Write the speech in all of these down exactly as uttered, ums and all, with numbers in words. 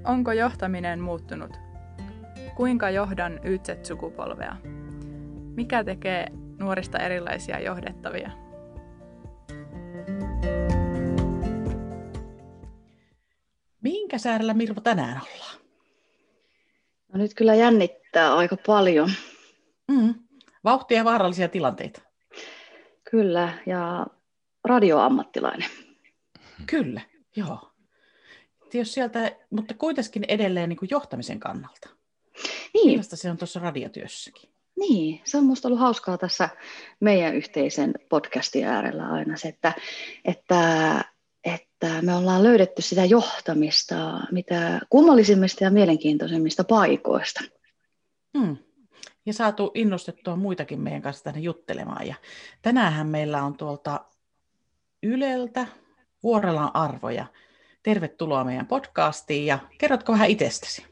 Onko johtaminen muuttunut? Kuinka johdan Y Z-sukupolvea? Mikä tekee nuorista erilaisia johdettavia? Minkä säärellä, Mirvo, tänään ollaan? No nyt kyllä jännittää aika paljon. Mm. Vauhtia ja vaarallisia tilanteita. Kyllä, ja radioammattilainen. Kyllä, joo. Jos sieltä, mutta kuitenkin edelleen niin kuin johtamisen kannalta. Niin. Millaista se on tuossa radiotyössäkin? Niin, se on minusta ollut hauskaa tässä meidän yhteisen podcastin äärellä aina se, että, että, että me ollaan löydetty sitä johtamista mitä kummallisimmista ja mielenkiintoisimmista paikoista. Hmm. Ja saatu innostettua muitakin meidän kanssa tänne juttelemaan. Ja tänäänhän meillä on tuolta Yleltä Vuorellan Arvoja. Tervetuloa meidän podcastiin ja kerrotko vähän itsestäsi?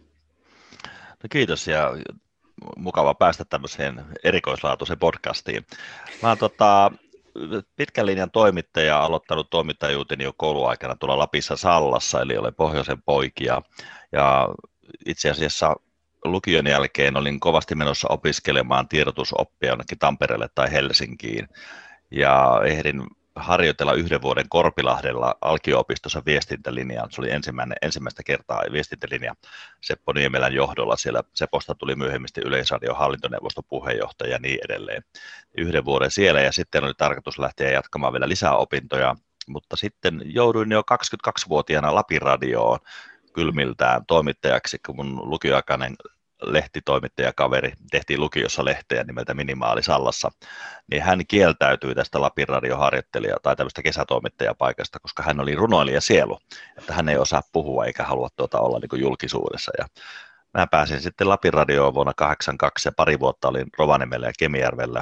No kiitos ja mukava päästä tämmöiseen erikoislaatuiseen podcastiin. Mä oon tota, pitkän linjan toimittaja, aloittanut toimittajuuteni jo kouluaikana tuolla Lapissa Sallassa, eli olen pohjoisen poikia. Ja itse asiassa lukion jälkeen olin kovasti menossa opiskelemaan tiedotusoppia jonnekin Tampereelle tai Helsinkiin. Ja ehdin harjoitella yhden vuoden Korpilahdella Alkio-opistossa viestintälinjaan. Se oli ensimmäinen, ensimmäistä kertaa viestintälinja Seppo Niemelän johdolla. Siellä Seposta tuli myöhemmin Yleisradion hallintoneuvoston puheenjohtaja ja niin edelleen. Yhden vuoden siellä ja sitten oli tarkoitus lähteä jatkamaan vielä lisää opintoja, mutta sitten jouduin jo kaksikymmentäkaksivuotiaana Lapin radioon kylmiltään toimittajaksi, kun mun lukioaikainen lehtitoimittajakaveri, tehtiin lukiossa lehteä nimeltä Minimaali Sallassa, niin hän kieltäytyi tästä Lapin radioharjoittelija tai tämmöistä kesätoimittajapaikasta, koska hän oli runoilija sielu, että hän ei osaa puhua eikä halua tuota olla niin kuin julkisuudessa. Ja mä pääsin sitten Lapin radioon vuonna kahdeksankymmentäkaksi ja pari vuotta olin Rovaniemellä ja Kemijärvellä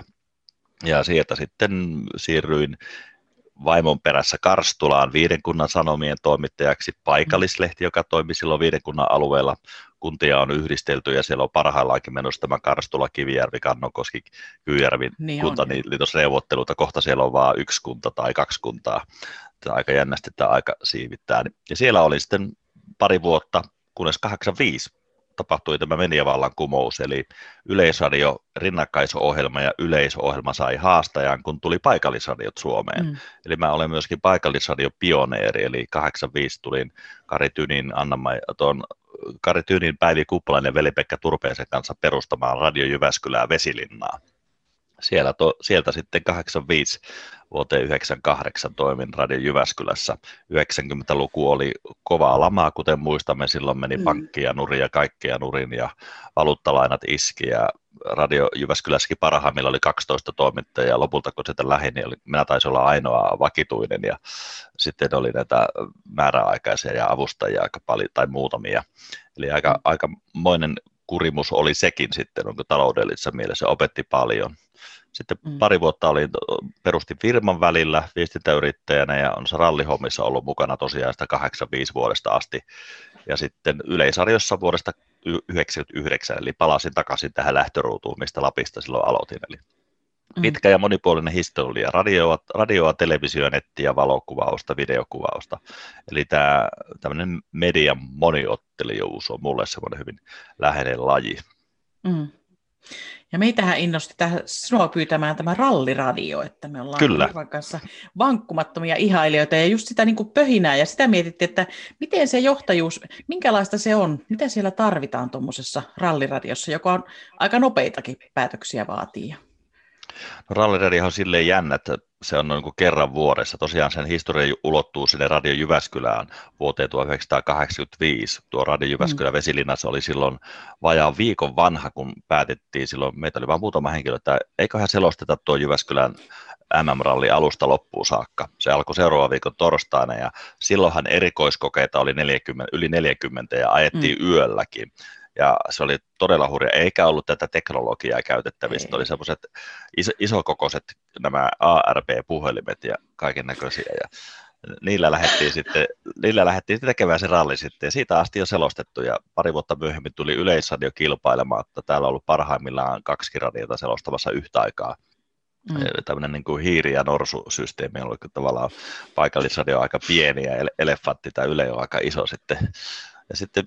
ja sieltä sitten siirryin vaimon perässä Karstulaan Viiden kunnan sanomien toimittajaksi, paikallislehti, joka toimi silloin Viiden kunnan alueella. Kuntia on yhdistelty ja siellä on parhaillaankin menossa tämä Karstula, Kivijärvi, Kannonkoski, Kyyjärvi niin kuntaliitosneuvotteluita. Kohta siellä on vain yksi kunta tai kaksi kuntaa. Tämä aika jännästi tämä aika siivittää. Ja siellä oli sitten pari vuotta, kunnes kahdeksankymmentäviisi tapahtui tämä mediavallan kumous, eli Yleisradio rinnakkaisohjelma ja yleisohjelma sai haastajan, kun tuli paikallisradiot Suomeen. Mm. Eli mä olen myöskin paikallisradiopioneeri, eli kahdeksankymmentäviisi tulin Kari Tynin, Anna-Maija, tuon Kari Tynin, Päivi Kuppalan ja Veli-Pekka Turpeisen kanssa perustamaan Radio Jyväskylää Vesilinnaa. Siellä to, sieltä sitten kahdeksankymmentäviisi vuoteen yhdeksänkymmentäkahdeksan toimin Radio Jyväskylässä. yhdeksänkymmentäluku oli kovaa lamaa, kuten muistamme, silloin meni mm. pankkia nurin ja kaikkea nurin ja valuuttalainat iski ja Radio Jyväskylässäkin parhaimmilla oli kaksitoista toimittajaa ja lopulta kun sitä lähdin, niin oli, minä taisin olla ainoa vakituinen ja sitten oli näitä määräaikaisia ja avustajia aika paljon tai muutamia. Eli aika, mm. aikamoinen kurimus oli sekin sitten, onko taloudellisessa mielessä, opetti paljon. Sitten mm. pari vuotta olin, perustin firman välillä viestintäyrittäjänä ja on rallihommissa ollut mukana tosiaan sitä kahdeksankymmentäviisi vuodesta asti. Ja sitten Yleisradiossa vuodesta yhdeksänkymmentäyhdeksän, eli palasin takaisin tähän lähtöruutuun, mistä Lapista silloin aloitin. Eli mm. pitkä ja monipuolinen historia, radioa, radioa, televisio, nettiä, valokuvausta, videokuvausta. Eli tämä tämmöinen median moniottelijuus on mulle semmoinen hyvin läheinen laji. Mm. Ja meitähän innosti tähän sinua pyytämään tämä ralliradio, että me ollaan Kyllä. Irvan kanssa vankkumattomia ihailijoita ja just sitä niin kuin pöhinää ja sitä mietittiin, että miten se johtajuus, minkälaista se on, mitä siellä tarvitaan tuommoisessa ralliradiossa, joka on aika nopeitakin päätöksiä vaatii. No, ralliradio on silleen jännä, että se on noin kuin kerran vuodessa. Tosiaan sen historia ulottuu sinne Radio Jyväskylään vuoteen tuhatyhdeksänsataakahdeksankymmentäviisi. Tuo Radio Jyväskylä Vesilinnassa oli silloin vajaan viikon vanha, kun päätettiin silloin, meitä oli vain muutama henkilö, että eiköhän selosteta tuo Jyväskylän M M-ralli alusta loppuun saakka. Se alkoi seuraavan viikon torstaina ja silloinhan erikoiskokeita oli neljäkymmentä, yli neljäkymmentä ja ajettiin mm. yölläkin. Ja se oli todella hurja, eikä ollut tätä teknologiaa käytettävissä. Oli semmoiset iso, isokokoiset nämä A R P-puhelimet ja kaiken näköisiä. Ja niillä lähdettiin sitten, niillä lähdettiin tekemään se ralli sitten. Ja siitä asti on selostettu. Ja pari vuotta myöhemmin tuli Yleisradio kilpailemaan, että täällä on ollut parhaimmillaan kaksi radiota selostamassa yhtä aikaa. Mm. Tämmöinen niin kuin hiiri- ja norsusysteemi on ollut tavallaan paikallisradio aika pieni ja elefantti tai Yle on aika iso sitten. Ja sitten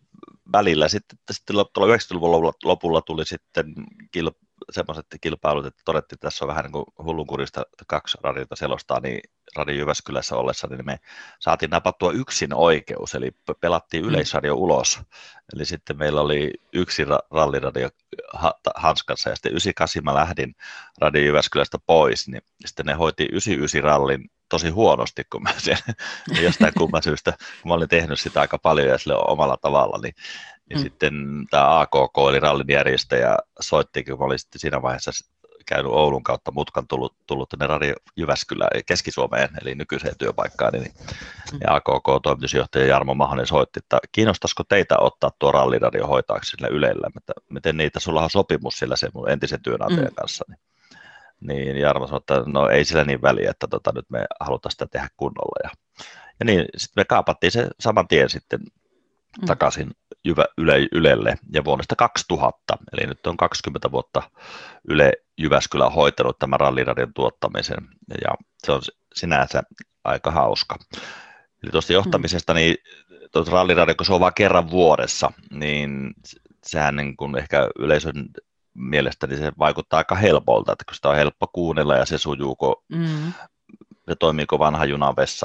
välillä sitten, sitten tuolla yhdeksänkymmentäluvun lopulla tuli sitten kil, semmoiset kilpailut, että todettiin, että tässä on vähän niin kuin hullunkurista kaksi radiota selostaa, niin Radio Jyväskylässä ollessa, niin me saatiin napattua yksin oikeus, eli pelattiin Yleisradio ulos. Eli sitten meillä oli yksi ralliradio hanskassa, ja sitten yhdeksänkymmentäkahdeksan mä lähdin Radio Jyväskylästä pois, niin sitten ne hoiti yhdeksänkymmentäyhdeksän rallin tosi huonosti, kun mä siellä jostain kumman syystä, kun mä olin tehnyt sitä aika paljon ja sille omalla tavalla, niin, niin mm. sitten tämä A K K, eli rallin järjestäjä, soitti, kun mä olin sitten siinä vaiheessa käynyt Oulun kautta mutkan tullut, tullut tänne Radio Jyväskylään, Keski-Suomeen, eli nykyiseen työpaikkaan, niin, mm. ja A K K-toimitusjohtaja Jarmo Mahonen soitti, että kiinnostaisiko teitä ottaa tuo ralliradio hoitaaksi sillä Ylellä, että miten niitä, sulla on sopimus sillä sen mun entisen työnantajan mm. kanssa, niin, niin Jarmo sanoi, että no ei sillä niin väliä, että tota, nyt me halutaan sitä tehdä kunnolla, ja, ja niin sitten me kaapattiin se saman tien sitten mm. takaisin Jyvä, Yle, Ylelle, ja vuodesta kaksituhatta, eli nyt on kaksikymmentä vuotta Yle Jyväskylä hoitanut tämän ralliradion tuottamisen, ja se on sinänsä aika hauska. Eli tuosta johtamisesta, niin tuossa ralliradio, kun se on vain kerran vuodessa, niin sehän niin kuin ehkä yleisön mielestä niin se vaikuttaa aika helpolta, että kun sitä on helppo kuunnella ja se sujuuko, mm. se toimiiko vanha junan vessa,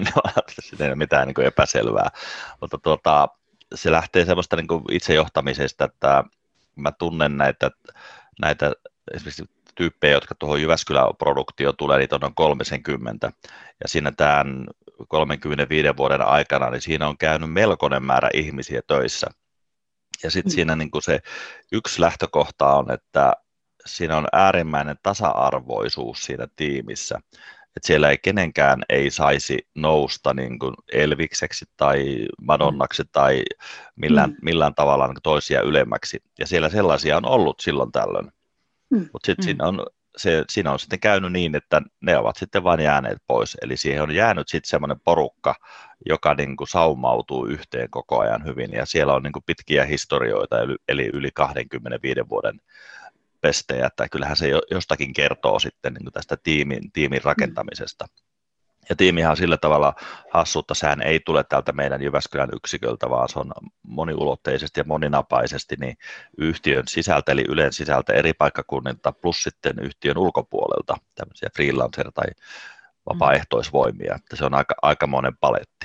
ei ole mitään niin kuin epäselvää, mutta tuota, se lähtee semmoista niin kuin itsejohtamisesta, että mä tunnen näitä, näitä esimerkiksi tyyppejä, jotka tuohon Jyväskylä-produktioon tulee, niitä on noin kolmekymmentä, ja siinä tämän kolmenkymmenenviiden vuoden aikana, niin siinä on käynyt melkoinen määrä ihmisiä töissä. Ja sitten mm. siinä niin kuin se yksi lähtökohta on, että siinä on äärimmäinen tasa-arvoisuus siinä tiimissä. Että siellä ei kenenkään ei saisi nousta niin kuin Elvikseksi tai Madonnaksi mm. tai millään, mm. millään tavalla niin kuin toisia ylemmäksi. Ja siellä sellaisia on ollut silloin tällöin. Mm. Mutta sitten mm. siinä, on, se, siinä on sitten käynyt niin, että ne ovat sitten vain jääneet pois. Eli siihen on jäänyt sitten semmoinen porukka, joka niin kuin saumautuu yhteen koko ajan hyvin. Ja siellä on niin kuin pitkiä historioita, eli yli kaksikymmentäviisi vuoden pestejä, että kyllähän se jostakin kertoo sitten niin kuin tästä tiimin, tiimin rakentamisesta. Ja tiimihän on sillä tavalla hassuutta, sehän ei tule täältä meidän Jyväskylän yksiköltä, vaan se on moniulotteisesti ja moninapaisesti niin yhtiön sisältä, eli Ylen sisältä eri paikkakunnilta, plus sitten yhtiön ulkopuolelta, tämmöisiä freelancer- tai vapaaehtoisvoimia, että se on aika, aikamoinen paletti.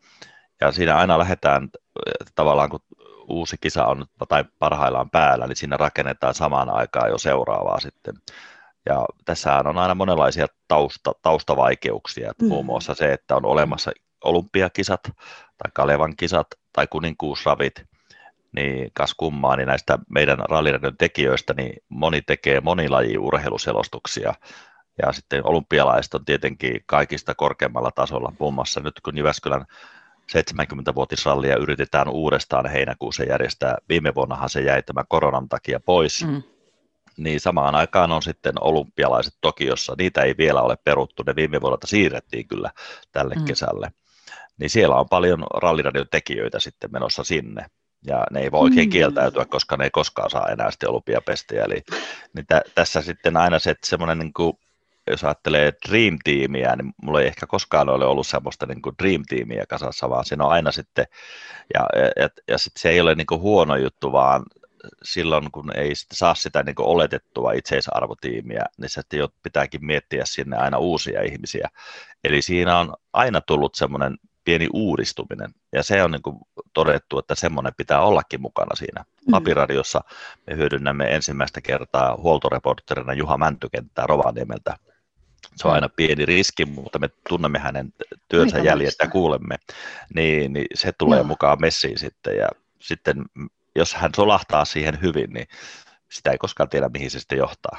Ja siinä aina lähdetään tavallaan, kun uusi kisa on tai parhaillaan päällä, niin siinä rakennetaan samaan aikaan jo seuraavaa sitten. Ja tässähän on aina monenlaisia tausta, taustavaikeuksia, mm. muun muassa se, että on olemassa olympiakisat tai Kalevan kisat tai kuninkuusravit, niin kas kummaa, niin näistä meidän ralliradion tekijöistä niin moni tekee monilaji-urheiluselostuksia. Ja sitten olympialaiset on tietenkin kaikista korkeammalla tasolla, muun muassa nyt kun Jyväskylän seitsemänkymmentävuotisrallia yritetään uudestaan heinäkuussa järjestää. Viime vuonnahan se jäi tämän koronan takia pois. Mm. Niin samaan aikaan on sitten olympialaiset Tokiossa. Niitä ei vielä ole peruttu. Ne viime vuodelta siirrettiin kyllä tälle mm. kesälle. Niin siellä on paljon ralliradion tekijöitä sitten menossa sinne. Ja ne ei voi oikein mm. kieltäytyä, koska ne ei koskaan saa enää sitten olympiapestejä. Eli niin tä, tässä sitten aina se, että semmoinen niin kuin jos ajattelee Dream Teamiä, niin mulla ei ehkä koskaan ole ollut semmoista niin kuin Dream Teamiä kasassa, vaan siinä on aina sitten, ja, ja, ja sitten se ei ole niin kuin huono juttu, vaan silloin kun ei sitten saa sitä niin kuin oletettua itseisarvotiimiä, niin sitten jo pitääkin miettiä sinne aina uusia ihmisiä. Eli siinä on aina tullut semmoinen pieni uudistuminen, ja se on niin kuin todettu, että semmoinen pitää ollakin mukana siinä. Mm. Lapiradiossa me hyödynnämme ensimmäistä kertaa huoltoreporterina Juha Mäntykenttää Rovaniemeltä. Se on aina pieni riski, mutta me tunnemme hänen työnsä jäljet ja kuulemme, niin, niin se tulee Joo. mukaan messiin sitten, ja sitten jos hän solahtaa siihen hyvin, niin sitä ei koskaan tiedä, mihin se sitten johtaa.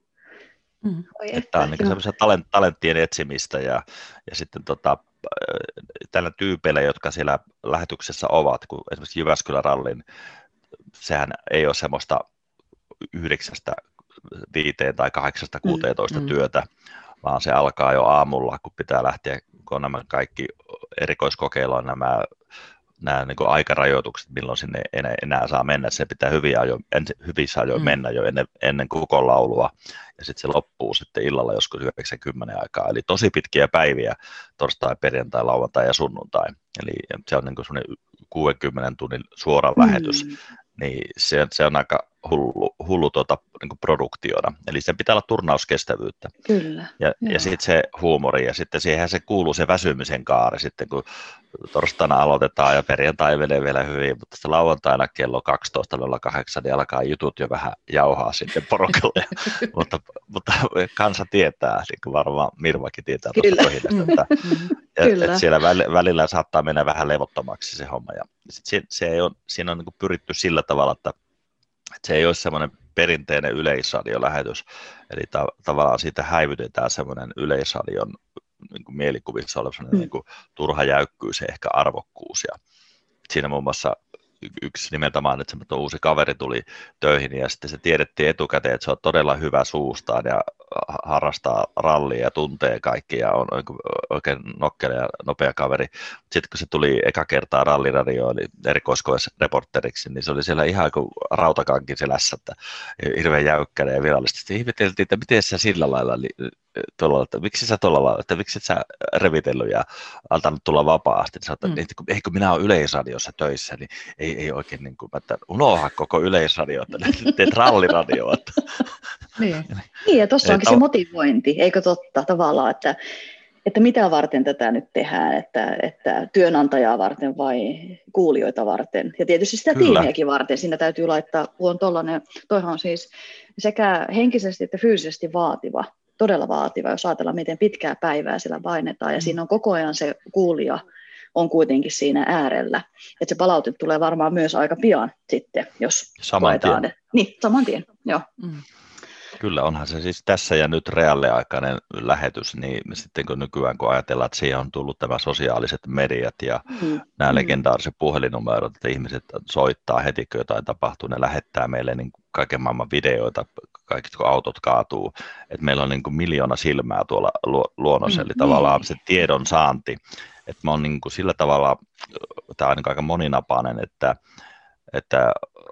Mm. Että on niin semmoisia talent, talenttien etsimistä, ja, ja sitten tota, tällä tyypeillä, jotka siellä lähetyksessä ovat, kun esimerkiksi Jyväskylän rallin, sehän ei ole semmoista yhdeksästä viiteen tai kahdeksasta kuuteentoista mm. työtä, vaan se alkaa jo aamulla, kun pitää lähteä, kun on nämä kaikki erikoiskokeilla on nämä nämä niin kuin aikarajoitukset, milloin sinne enää, enää saa mennä. Se pitää hyviä ajo, en, hyvissä ajoin mm. mennä jo ennen, ennen kukonlaulua, ja sitten se loppuu sitten illalla joskus yhdeksänkymmentä aikaa. Eli tosi pitkiä päiviä, torstai, perjantai, lauantai ja sunnuntai. Eli se on niin kuin semmoinen kuudenkymmenen tunnin suora lähetys. Mm. Niin se, se on aika hullu, hullu tuota, niin kuin produktiona. Eli sen pitää olla turnauskestävyyttä. Kyllä. Ja, ja sitten se huumori, ja sitten siihen se kuuluu se väsymisen kaari, sitten kun torstaina aloitetaan ja perjantai menee vielä hyvin, mutta sitten lauantaina kello kaksitoista nolla kahdeksan niin alkaa jutut jo vähän jauhaa sitten porukalle. mutta, mutta kansa tietää, niin kuin varmaan Mirvakin tietää tuosta kohdasta, että, että, että siellä välillä saattaa mennä vähän levottomaksi se homma. Ja sit se, se ei ole, siinä on niin kuin pyritty sillä tavalla, että, että se ei ole semmoinen perinteinen yleisradiolähetys, eli ta- tavallaan siitä häivytetään semmoinen yleisradion niin kuin mielikuvissa oleva mm. niin kuin turha jäykkyys ja ehkä arvokkuus. Ja siinä muun muassa yksi nimeltä mainitsematon uusi kaveri tuli töihin ja sitten se tiedettiin etukäteen, että se on todella hyvä suustaan ja harrastaa rallia ja tuntee kaikki ja on oikein nokkela ja nopea kaveri. Sitten kun se tuli eka kertaa ralliradioon, eli erikoiskoesreporteriksi, niin se oli siellä ihan kuin rautakankin selässä, että hirveän jäykkäinen ja virallisesti. Sitten ihmeteltiin, että miten sä sillä lailla, tuolla, että miksi sä tuolla lailla, että miksi et sä revitellyt ja antanut tulla vapaasti. Niin sanotaan, mm. että ei kun minä olen Yleisradiossa töissä, niin ei, ei oikein niin kuin, että unoha koko Yleisradio, että teet ralliradioa. Niin. niin, ja tuossa onkin se motivointi, eikö totta tavallaan, että, että mitä varten tätä nyt tehdään, että, että työnantajaa varten vai kuulijoita varten, ja tietysti sitä Kyllä. tiimiäkin varten, siinä täytyy laittaa, kun on tollainen, toihan on siis sekä henkisesti että fyysisesti vaativa, todella vaativa, jos ajatellaan, miten pitkää päivää siellä painetaan, ja siinä on koko ajan se kuulija, on kuitenkin siinä äärellä, että se palaute tulee varmaan myös aika pian sitten, jos saman tien. Et, niin, saman tien, joo. Mm. Kyllä, onhan se siis tässä ja nyt reaaliaikainen lähetys, niin sitten kun nykyään kun ajatellaan, että siihen on tullut tämä sosiaaliset mediat ja mm. nämä mm. legendaariset puhelinnumerot, että ihmiset soittaa heti, kun jotain tapahtuu, ne lähettää meille niin kaiken maailman videoita, kaikki kun autot kaatuu, että meillä on niin kuin miljoona silmää tuolla luonnossa, mm. eli tavallaan se tiedon saanti, että mä oon niin kuin sillä tavalla, tämä on niin aika moninapainen, että, että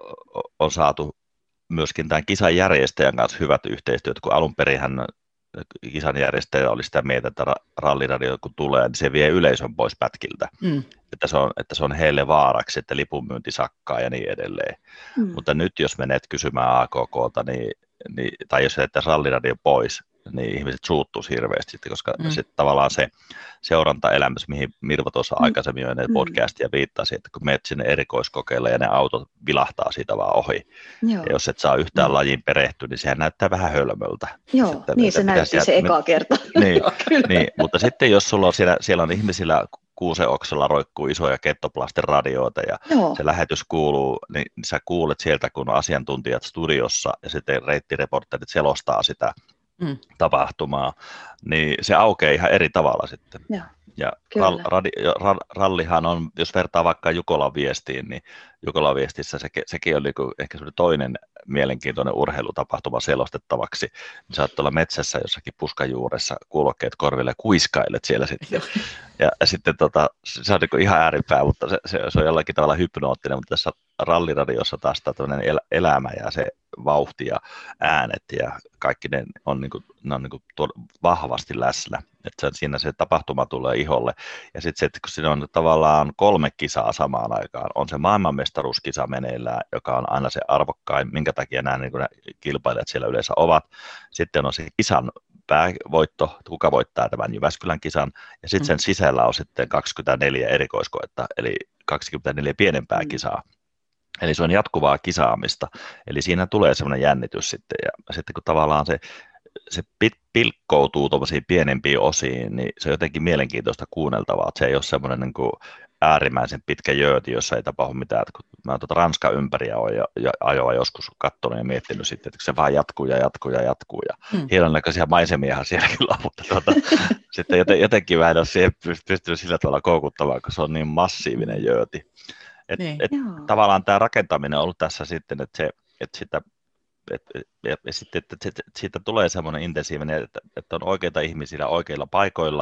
on saatu myöskin tämän kisan järjestäjän kanssa hyvät yhteistyöt, kun alun perinhän kisan järjestäjä oli sitä mieltä, että ralliradio kun tulee, niin se vie yleisön pois pätkiltä, mm. että, se on, että se on heille vaaraksi, että lipunmyynti sakkaa ja niin edelleen. Mm. Mutta nyt jos menet kysymään A K K:lta, niin, niin, tai jos jätetään ralliradio pois, niin ihmiset suuttuisi hirveästi, koska mm. sitten tavallaan se seurantaelämys, mihin Mirva tuossa mm. aikaisemmin jo ennen mm. podcastia viittasi, että kun menet sinne erikoiskokeille ja ne autot vilahtaa siitä vaan ohi. Joo. Ja jos et saa yhtään mm. lajiin perehtyä, niin sehän näyttää vähän hölmöltä. Joo, sitten, niin se näytti se eka kerta. Niin, niin, mutta sitten jos sulla on siellä, siellä on ihmisillä kuuseoksella roikkuu isoja kettoplasten radioita ja Joo. se lähetys kuuluu, niin sä kuulet sieltä, kun on asiantuntijat studiossa ja sitten reittireporterit selostaa sitä Mm. tapahtumaa, niin se aukeaa ihan eri tavalla sitten. Ja, ja rall, radi, rallihan on, jos vertaa vaikka Jukolan viestiin, niin Jukolan viestissä se, sekin oli ehkä toinen mielenkiintoinen urheilutapahtuma selostettavaksi. Niin saat olla metsässä jossakin puskan juuressa, kuulokkeet korville, kuiskailet siellä sitten. Ja, ja sitten tota, se on niin ihan ääripää, mutta se, se, se on jollakin tavalla hypnoottinen, mutta tässä ralliradiossa taas tämmöinen el, elämä ja se vauhti ja äänet ja kaikki ne on, niin kuin, ne on niin kuin vahvasti läsnä. Että siinä se tapahtuma tulee iholle. Ja sitten se, että kun siinä on tavallaan kolme kisaa samaan aikaan, on se maailmanmestaruuskisa meneillään, joka on aina se arvokkain, minkä takia nämä niin kuin kilpailijat siellä yleensä ovat. Sitten on se kisan päävoitto, kuka voittaa tämän Jyväskylän kisan, ja sitten sen sisällä on sitten kaksikymmentäneljä erikoiskoetta, eli kaksikymmentäneljä pienempää mm. kisaa. Eli se on jatkuvaa kisaamista, eli siinä tulee semmoinen jännitys sitten, ja sitten kun tavallaan se, se pilkkoutuu tuollaisiin pienempiin osiin, niin se on jotenkin mielenkiintoista kuunneltavaa, että se ei ole semmoinen niin kuin äärimmäisen pitkä jööti, jossa ei tapahdu mitään. Kun mä tuota Ranskan ympäriä olen jo, jo, ajoa joskus katsonut ja miettinyt sitten, että se vaan jatkuu ja jatkuu ja jatkuu. Ja mm. hienon näköisiä maisemiahan siellä kyllä on, mutta tuota, sitten joten, jotenkin mä en ole siihen pystynyt sillä tavalla koukuttamaan, kun se on niin massiivinen jööti. Et, niin. et, tavallaan tämä rakentaminen on ollut tässä sitten, että, se, että sitä Et, ja, ja sitten, että, että siitä tulee semmoinen intensiivinen, että, että on oikeita ihmisiä oikeilla paikoillaan,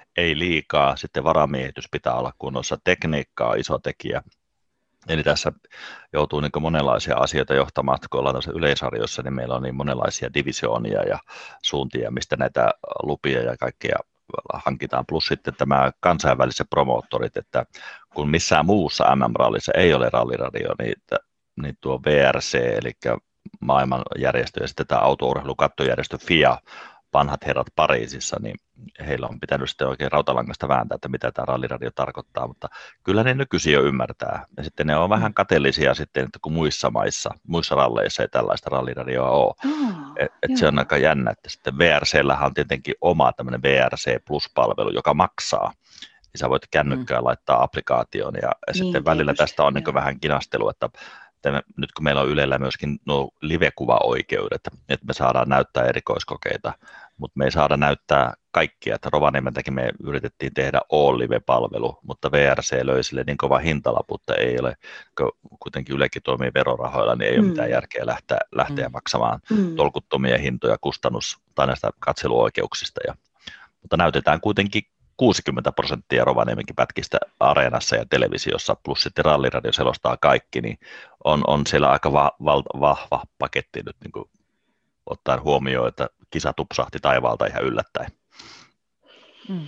ei liikaa, sitten varamiehitys pitää olla kunnossa, tekniikka on iso tekijä. Eli tässä joutuu niin monenlaisia asioita johtamaan, kun ollaan tässä yleisarjossa, niin meillä on niin monenlaisia divisioonia ja suuntia, mistä näitä lupia ja kaikkea hankitaan, plus sitten tämä kansainväliset promoottorit, että kun missään muussa M M-rallissa ei ole ralliradio, niin, niin tuo V R C, eli maailmanjärjestö ja sitten tämä autourheilukattojärjestö F I A, vanhat herrat Pariisissa, niin heillä on pitänyt sitten oikein rautalangasta vääntää, että mitä tämä ralliradio tarkoittaa, mutta kyllä ne nykyisin jo ymmärtää. Ja sitten ne on vähän kateellisia sitten, että kun muissa maissa, muissa ralleissa ei tällaista ralliradioa ole. Oh, et, et se on aika jännä, että sitten V R C:llähän on tietenkin oma tämmöinen V R C Plus-palvelu, joka maksaa. Ja sä voit kännykkään mm. laittaa applikaation ja, ja niin, sitten välillä tietysti, tästä on niin vähän kinastelua, että Me, nyt kun meillä on Ylellä myöskin nuo live-kuvaoikeudet, että me saadaan näyttää erikoiskokeita, mutta me ei saada näyttää kaikkia, että Rovaniemeltäkin me yritettiin tehdä all-live-palvelu, mutta V R C löi sille niin kova hintalappu, että ei ole, kun kuitenkin Ylekin toimii verorahoilla, niin ei mm. ole mitään järkeä lähteä, lähteä mm. maksamaan mm. tolkuttomia hintoja kustannus- tai näistä katseluoikeuksista. Ja, mutta näytetään kuitenkin kuusikymmentä prosenttia Rovaniemenkin pätkistä areenassa ja televisiossa, plus sitten ralliradio selostaa kaikki, niin on, on siellä aika va, va, vahva paketti nyt niin kuin ottaen huomioon, että kisa tupsahti taivaalta ihan yllättäen. Mm.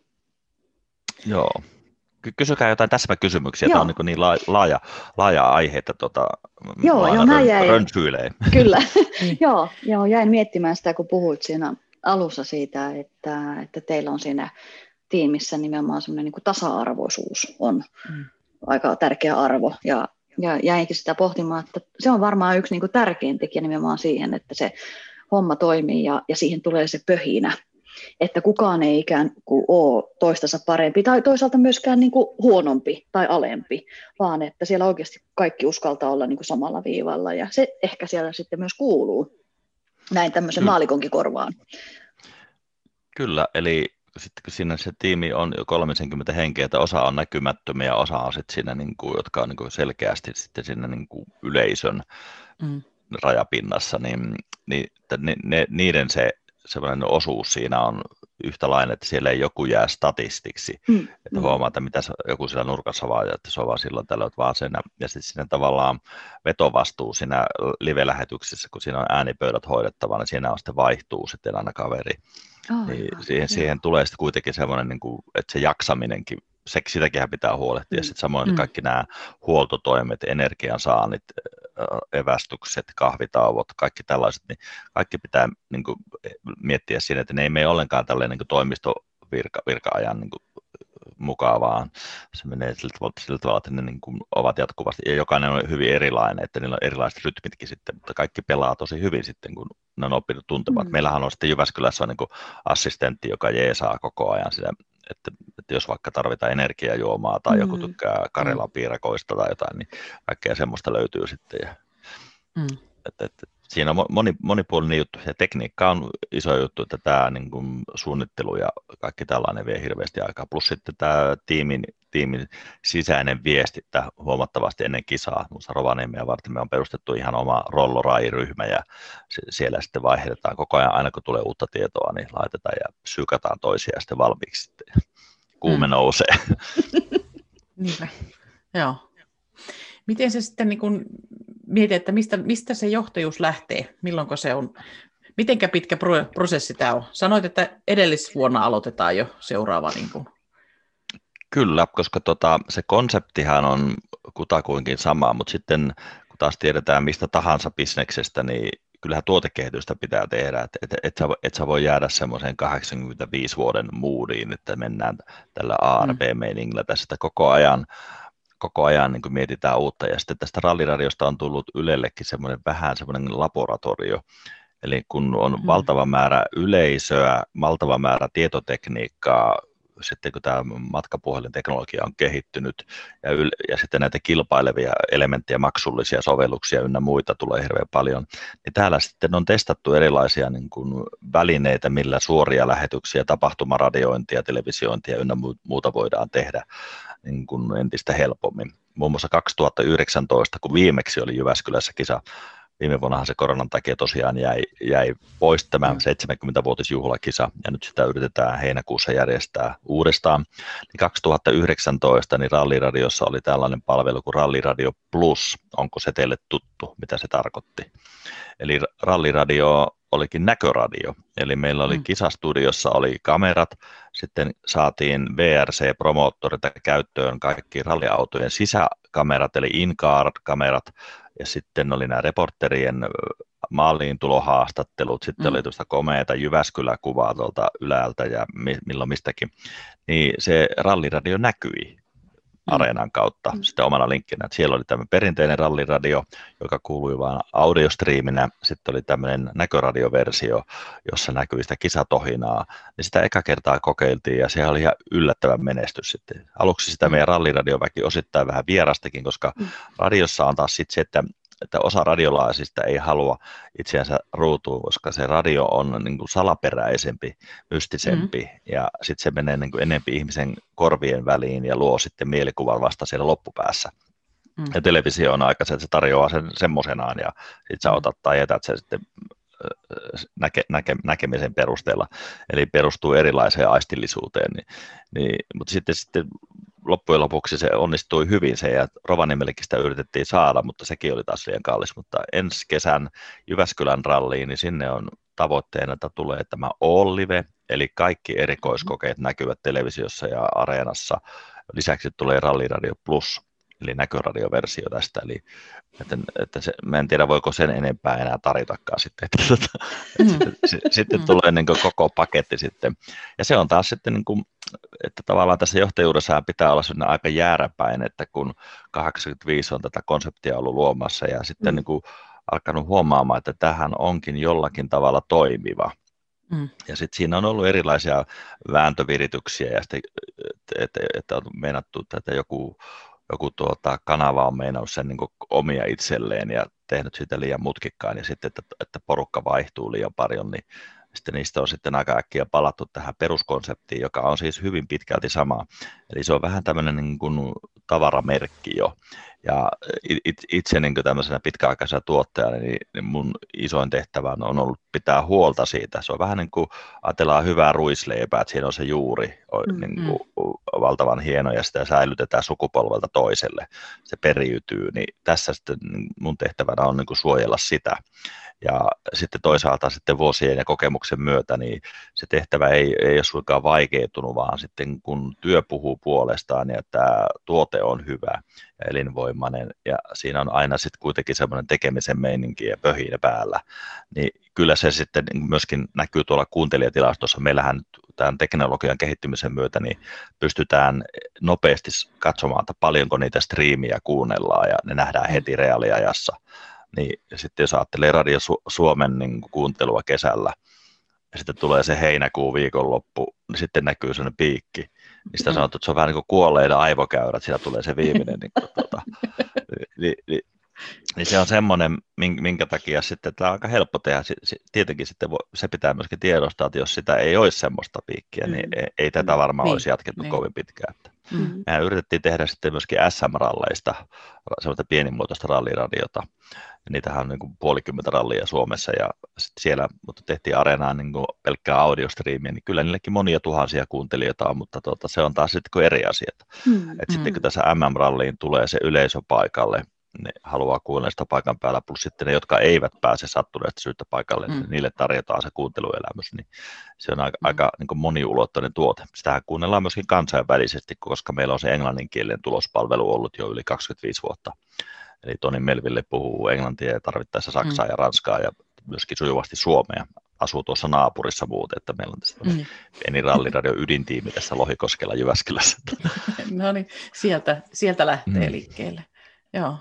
Joo. Kysykää jotain täsmäkysymyksiä, tämä on niin, niin laaja, laaja aihe, että tota, joo, joo, mä jäin, rönsyilee. Kyllä, joo, joo, jäin miettimään sitä, kun puhuit siinä alussa siitä, että, että teillä on siinä tiimissä nimenomaan semmoinen niin kuin tasa-arvoisuus on mm. aika tärkeä arvo, ja, ja jäinkin sitä pohtimaan, että se on varmaan yksi niin kuin tärkein tekijä nimenomaan siihen, että se homma toimii ja, ja siihen tulee se pöhinä, että kukaan ei ikään kuin ole toistansa parempi tai toisaalta myöskään niin kuin huonompi tai alempi, vaan että siellä oikeasti kaikki uskaltaa olla niin kuin samalla viivalla, ja se ehkä siellä sitten myös kuuluu näin tämmöisen mm. maalikonkin korvaan. Kyllä, eli sitten kun siinä se tiimi on jo kolmekymmentä henkeä, että osa on näkymättömiä, osa on sitten siinä, niin kuin, jotka on niin kuin selkeästi sitten siinä niin kuin yleisön mm. rajapinnassa, niin, niin ne, ne, niiden se sellainen osuus siinä on yhtälainen, että siellä ei joku jää statistiksi, mm. että huomaa, että mitä joku siellä nurkassa vaan, että se on vaan silloin tällöin, vaan siinä, ja sitten siinä tavallaan vetovastuu siinä live-lähetyksessä, kun siinä on äänipöydät hoidettavana, niin siinä on sitten vaihtuu sitten aina kaveri. Oh, niin siihen, siihen tulee sitten kuitenkin semmoinen, niin kuin, että se jaksaminenkin, se, sitäkin pitää huolehtia. Mm. Sitten samoin mm. kaikki nämä huoltotoimet, energiansaannit, evästykset, kahvitauot, kaikki tällaiset, niin kaikki pitää niin kuin, miettiä siinä, että ne ei mene ollenkaan tällainen niin toimistovirka-ajan niin mukaan, vaan se menee sillä, sillä tavalla, että ne niin kuin ovat jatkuvasti, ja jokainen on hyvin erilainen, että niillä on erilaiset rytmitkin sitten, mutta kaikki pelaa tosi hyvin sitten, kun ne on oppinut tuntemaan. Mm. Meillähän on sitten Jyväskylässä on niin kuin assistentti, joka jeesaa koko ajan sitä, että, että jos vaikka tarvitaan energiajuomaa tai mm. joku tykkää Karelan piirakoista tai jotain, niin kaikkea semmoista löytyy sitten. Ja, mm. että, että, siinä on moni, monipuolinen juttu, ja tekniikka on iso juttu, että tämä niin kuin suunnittelu ja kaikki tällainen vie hirveästi aikaa, plus sitten tämä tiimin, tiimin sisäinen viestintä huomattavasti ennen kisaa. Musta Rovaniemeä varten me on perustettu ihan oma rollorai-ryhmä, ja siellä sitten vaihdetaan koko ajan, aina kun tulee uutta tietoa, niin laitetaan ja sykataan toisia sitten valmiiksi sitten, ja kuume mm. nousee. Niinpä, joo. Miten se sitten niin kun mietit, että mistä, mistä se johtajuus lähtee, milloinko se on, mitenkä pitkä prosessi tämä on? Sanoit, että edellisvuonna aloitetaan jo seuraava. Niin kuin. Kyllä, koska tota, se konseptihan on kutakuinkin sama, mutta sitten kun taas tiedetään mistä tahansa bisneksestä, niin kyllähän tuotekehitystä pitää tehdä, että et, et, sä, et sä voi jäädä semmoiseen kahdeksankymmentäviisi vuoden moodiin, että mennään tällä A R B-meiningillä tästä koko ajan. Koko ajan niin kuin mietitään uutta, ja sitten tästä ralliradiosta on tullut Ylellekin semmoinen vähän semmoinen laboratorio, eli kun on hmm. valtava määrä yleisöä, valtava määrä tietotekniikkaa, sitten kun tämä matkapuhelinteknologia on kehittynyt, ja, yl- ja sitten näitä kilpailevia elementtejä, maksullisia sovelluksia ynnä muita tulee hirveän paljon, niin täällä sitten on testattu erilaisia niin kuin välineitä, millä suoria lähetyksiä, tapahtumaradiointia, televisiointia ynnä muuta voidaan tehdä niin kuin entistä helpommin. Muun muassa kaksituhattayhdeksäntoista, kun viimeksi oli Jyväskylässä kisa viime vuonnahan se koronan takia tosiaan jäi, jäi pois tämä mm. seitsemänkymmentävuotisjuhlakisa, ja nyt sitä yritetään heinäkuussa järjestää uudestaan. Niin kaksituhattayhdeksäntoista niin Ralliradiossa oli tällainen palvelu kuin Ralliradio Plus. Onko se teille tuttu, mitä se tarkoitti? Eli Ralliradio olikin näköradio, eli meillä oli mm. kisastudiossa oli kamerat, sitten saatiin V R C-promoottoreita käyttöön kaikki ralliautojen sisäkamerat, eli in-car-kamerat, ja sitten oli nämä reporterien maaliintulohaastattelut, sitten mm. oli tuosta komeata Jyväskylä-kuvaa tuolta ylältä ja milloin mistäkin, niin se ralliradio näkyi Areenan kautta mm. sitten omana linkkinä. Että siellä oli tämmöinen perinteinen ralliradio, joka kuului vain audiostriiminä. Sitten oli tämmöinen näköradioversio, jossa näkyi sitä kisatohinaa. Ja sitä eka kertaa kokeiltiin ja se oli ihan yllättävän menestys sitten. Aluksi sitä meidän ralliradioväki osittain vähän vierastakin, koska mm. radiossa on taas sitten se, että että osa radiolaisista ei halua itseänsä ruutuun, koska se radio on niin kuin salaperäisempi, mystisempi, mm-hmm. ja sitten se menee niin kuin enempi ihmisen korvien väliin ja luo sitten mielikuvan vasta siellä loppupäässä. Mm-hmm. Ja televisio on aika se, että se tarjoaa sen semmoisenaan, ja sitten sä otat tai jätät sen sitten näke, näke, näkemisen perusteella, eli perustuu erilaiseen aistillisuuteen, niin, niin, mutta sitten, sitten loppujen lopuksi se onnistui hyvin se, ja Rovaniemellekin sitä yritettiin saada, mutta sekin oli taas liian kallis. Mutta ensi kesän Jyväskylän ralliin, niin sinne on tavoitteena, että tulee tämä All Live, eli kaikki erikoiskokeet näkyvät televisiossa ja areenassa. Lisäksi tulee Ralliradio Plus, eli näköradioversio tästä, eli että, että se, mä en tiedä voiko sen enempää enää tarjotakaan sitten, että, mm. sitten, sitten mm. tulee niin kuin koko paketti sitten, ja se on taas sitten niin kuin, että tavallaan tässä johtajuudessa pitää olla sellainen aika jääräpäin, että kun kahdeksankymmentäviisi on tätä konseptia ollut luomassa ja sitten mm. niin kuin alkanut huomaamaan, että tämähän onkin jollakin tavalla toimiva. Mm. Ja sitten siinä on ollut erilaisia vääntövirityksiä ja sitten, että, että, että on meinattu, että joku joku tuota, kanava on meinannut sen niin kuin omia itselleen ja tehnyt siitä liian mutkikkaan, ja sitten, että, että porukka vaihtuu liian paljon, niin sitten niistä on sitten aika äkkiä palattu tähän peruskonseptiin, joka on siis hyvin pitkälti sama. Eli se on vähän tämmöinen niin kuin tavaramerkki jo. Ja itse niin kuin tämmöisenä pitkäaikaisena tuottajana, niin mun isoin tehtävä on ollut pitää huolta siitä. Se on vähän niin kuin ajatellaan hyvää ruisleipää, että siinä on se juuri mm-hmm. niin kuin valtavan hieno ja sitä säilytetään sukupolvelta toiselle. Se periytyy, niin tässä sitten mun tehtävänä on niin kuin suojella sitä. Ja sitten toisaalta sitten vuosien ja kokemuksen myötä, niin se tehtävä ei, ei ole suinkaan vaikeutunut, vaan sitten kun työ puhuu puolestaan ja tämä tuote on hyvä ja elinvoimainen ja siinä on aina sitten kuitenkin semmoinen tekemisen meininki ja pöhinä päällä, niin kyllä se sitten myöskin näkyy tuolla kuuntelijatilastossa. Meillähän tämän teknologian kehittymisen myötä niin pystytään nopeasti katsomaan, että paljonko niitä striimiä kuunnellaan ja ne nähdään heti reaaliajassa. Niin, ja sitten jos ajattelee Radio Su- Suomen niin kuuntelua kesällä, ja sitten tulee se heinäkuun viikonloppu, niin sitten näkyy sellainen piikki. Niin sitä mm. sanottu, että se on vähän niin kuin kuolleiden aivokäyrät, siellä tulee se viimeinen. niin, kuin, tuota, niin, niin, niin se on semmoinen, minkä takia sitten tämä on aika helppo tehdä. Tietenkin sitten voi, se pitää myöskin tiedostaa, että jos sitä ei olisi semmoista piikkiä, mm. niin ei, ei tätä varmaan mm. olisi jatkettu niin. kovin pitkään. Mm. Mehän yritettiin tehdä sitten myöskin S M-ralleista, semmoista pienimuotoista ralliradiota. Niitähän on niin kuin puolikymmentä rallia Suomessa ja siellä, mutta tehtiin Areenaan niin kuin pelkkää audiostriimiä, niin kyllä niillekin monia tuhansia kuuntelijoita on, mutta tuota, se on taas sitten eri asiat. Mm, Et mm. sitten kun tässä M M-ralliin tulee se yleisö paikalle, ne haluaa kuunnella sitä paikan päällä, plus sitten ne, jotka eivät pääse sattuneesta syyttä paikalle, mm. niin niille tarjotaan se kuunteluelämys, niin se on aika, mm. aika niin kuin moniulotteinen tuote. Sitähän kuunnellaan myöskin kansainvälisesti, koska meillä on se englanninkielinen tulospalvelu ollut jo yli kaksikymmentäviisi vuotta. Eli Toni Melville puhuu englantia ja tarvittaessa saksaa mm. ja ranskaa ja myöskin sujuvasti suomea. Asuu tuossa naapurissa muuten, että meillä on tässä mm. pieni ralliradio ydintiimi tässä Lohikoskella Jyväskylässä. No niin, sieltä, sieltä lähtee mm. liikkeelle. Joo.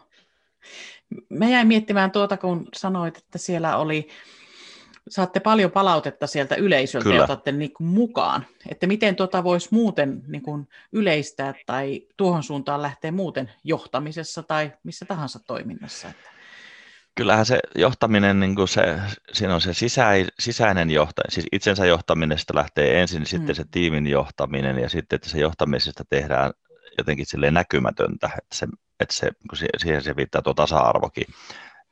Mä jäin miettimään tuota, kun sanoit, että siellä oli, saatte paljon palautetta sieltä yleisöltä ja otatte niin kuin mukaan. Että miten tuota voisi muuten niin kuin yleistää tai tuohon suuntaan lähteä muuten johtamisessa tai missä tahansa toiminnassa. Kyllähän se johtaminen, niin kuin se, siinä on se sisä, sisäinen johtaminen, siis itsensä johtaminen, sitä lähtee ensin, niin sitten mm. se tiimin johtaminen ja sitten, että se johtamisesta tehdään jotenkin silleen näkymätöntä, että se, että se, kun siihen se viittaa tuo tasa-arvokin,